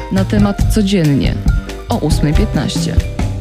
Na temat codziennie o 8:15.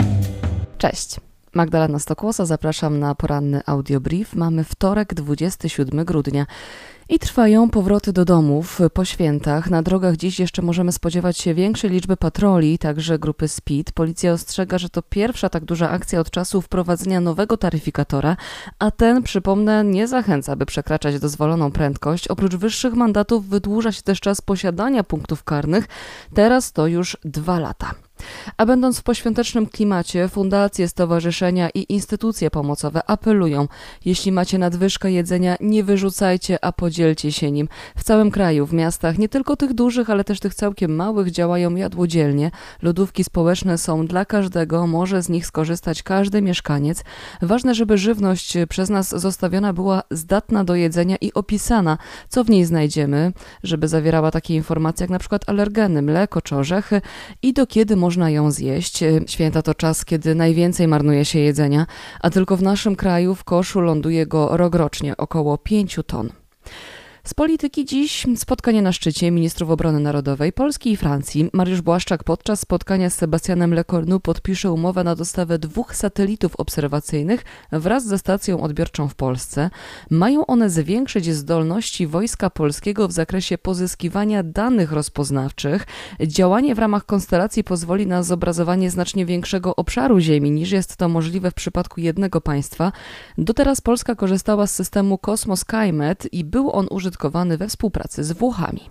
Cześć, Magdalena Stokłosa, zapraszam na poranny audiobrief. Mamy wtorek, 27 grudnia i trwają powroty do domów po świętach. Na drogach dziś jeszcze możemy spodziewać się większej liczby patroli, także grupy SPID. Policja ostrzega, że to pierwsza tak duża akcja od czasu wprowadzenia nowego taryfikatora, a ten, przypomnę, nie zachęca, by przekraczać dozwoloną prędkość. Oprócz wyższych mandatów wydłuża się też czas posiadania punktów karnych. Teraz to już 2 lata. A będąc w poświątecznym klimacie, fundacje, stowarzyszenia i instytucje pomocowe apelują: jeśli macie nadwyżkę jedzenia, nie wyrzucajcie, a podzielcie się nim. W całym kraju, w miastach, nie tylko tych dużych, ale też tych całkiem małych, działają jadłodzielnie. Lodówki społeczne są dla każdego, może z nich skorzystać każdy mieszkaniec. Ważne, żeby żywność przez nas zostawiona była zdatna do jedzenia i opisana, co w niej znajdziemy, żeby zawierała takie informacje jak na przykład alergeny, mleko czy orzechy i do kiedy można ją zjeść. Święta to czas, kiedy najwięcej marnuje się jedzenia, a tylko w naszym kraju w koszu ląduje go rokrocznie około 5 ton. Z polityki dziś spotkanie na szczycie ministrów obrony narodowej Polski i Francji. Mariusz Błaszczak podczas spotkania z Sebastianem Lecornu podpisze umowę na dostawę 2 satelitów obserwacyjnych wraz ze stacją odbiorczą w Polsce. Mają one zwiększyć zdolności Wojska Polskiego w zakresie pozyskiwania danych rozpoznawczych. Działanie w ramach konstelacji pozwoli na zobrazowanie znacznie większego obszaru Ziemi niż jest to możliwe w przypadku jednego państwa. Do teraz Polska korzystała z systemu Cosmos Skymet i był on użytkowany we współpracy z Włochami.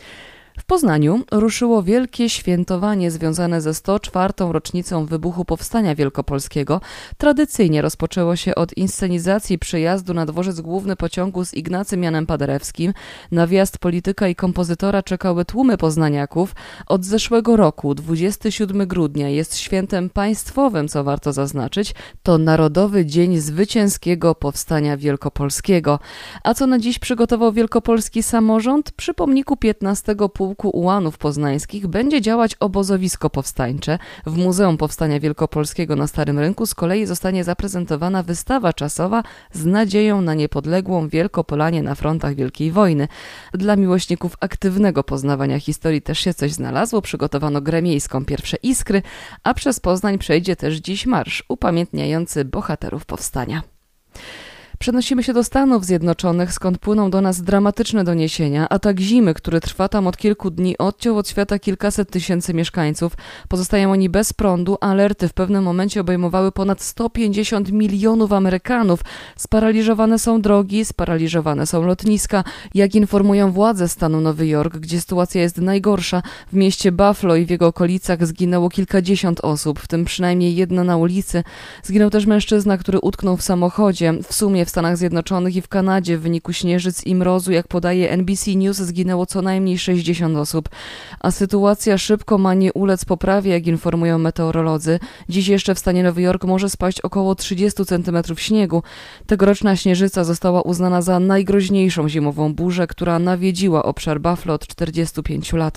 W Poznaniu ruszyło wielkie świętowanie związane ze 104. rocznicą wybuchu Powstania Wielkopolskiego. Tradycyjnie rozpoczęło się od inscenizacji przyjazdu na dworzec główny pociągu z Ignacym Janem Paderewskim. Na wjazd polityka i kompozytora czekały tłumy poznaniaków. Od zeszłego roku 27 grudnia jest świętem państwowym, co warto zaznaczyć. To Narodowy Dzień Zwycięskiego Powstania Wielkopolskiego. A co na dziś przygotował wielkopolski samorząd? Przy pomniku 15 Pułku Ułanów Poznańskich będzie działać obozowisko powstańcze. W Muzeum Powstania Wielkopolskiego na Starym Rynku z kolei zostanie zaprezentowana wystawa czasowa z nadzieją na niepodległą Wielkopolanię na frontach Wielkiej Wojny. Dla miłośników aktywnego poznawania historii też się coś znalazło. Przygotowano grę miejską Pierwsze Iskry, a przez Poznań przejdzie też dziś marsz upamiętniający bohaterów powstania. Przenosimy się do Stanów Zjednoczonych, skąd płyną do nas dramatyczne doniesienia. Atak zimy, który trwa tam od kilku dni, odciął od świata kilkaset tysięcy mieszkańców. Pozostają oni bez prądu. Alerty w pewnym momencie obejmowały ponad 150 milionów Amerykanów. Sparaliżowane są drogi, sparaliżowane są lotniska. Jak informują władze stanu Nowy Jork, gdzie sytuacja jest najgorsza, w mieście Buffalo i w jego okolicach zginęło kilkadziesiąt osób, w tym przynajmniej 1 na ulicy. Zginął też mężczyzna, który utknął w samochodzie. W sumie w Stanach Zjednoczonych i w Kanadzie w wyniku śnieżyc i mrozu, jak podaje NBC News, zginęło co najmniej 60 osób. A sytuacja szybko ma nie ulec poprawie, jak informują meteorolodzy. Dziś jeszcze w stanie Nowy Jork może spaść około 30 cm śniegu. Tegoroczna śnieżyca została uznana za najgroźniejszą zimową burzę, która nawiedziła obszar Buffalo od 45 lat.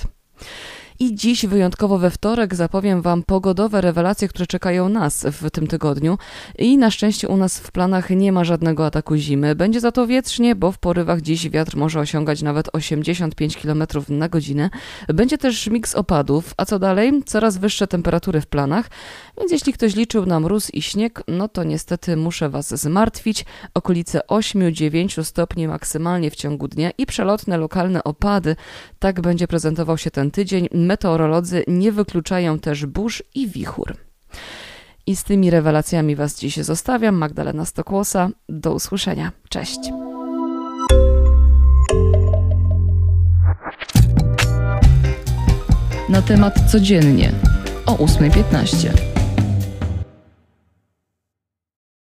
I dziś wyjątkowo we wtorek zapowiem Wam pogodowe rewelacje, które czekają nas w tym tygodniu. I na szczęście u nas w planach nie ma żadnego ataku zimy. Będzie za to wietrznie, bo w porywach dziś wiatr może osiągać nawet 85 km na godzinę. Będzie też miks opadów, a co dalej? Coraz wyższe temperatury w planach. Więc jeśli ktoś liczył na mróz i śnieg, no to niestety muszę Was zmartwić. Okolice 8-9 stopni maksymalnie w ciągu dnia i przelotne lokalne opady. Tak będzie prezentował się ten tydzień. Meteorolodzy nie wykluczają też burz i wichur. I z tymi rewelacjami Was dziś zostawiam. Magdalena Stokłosa. Do usłyszenia. Cześć. Na temat codziennie o 8:15.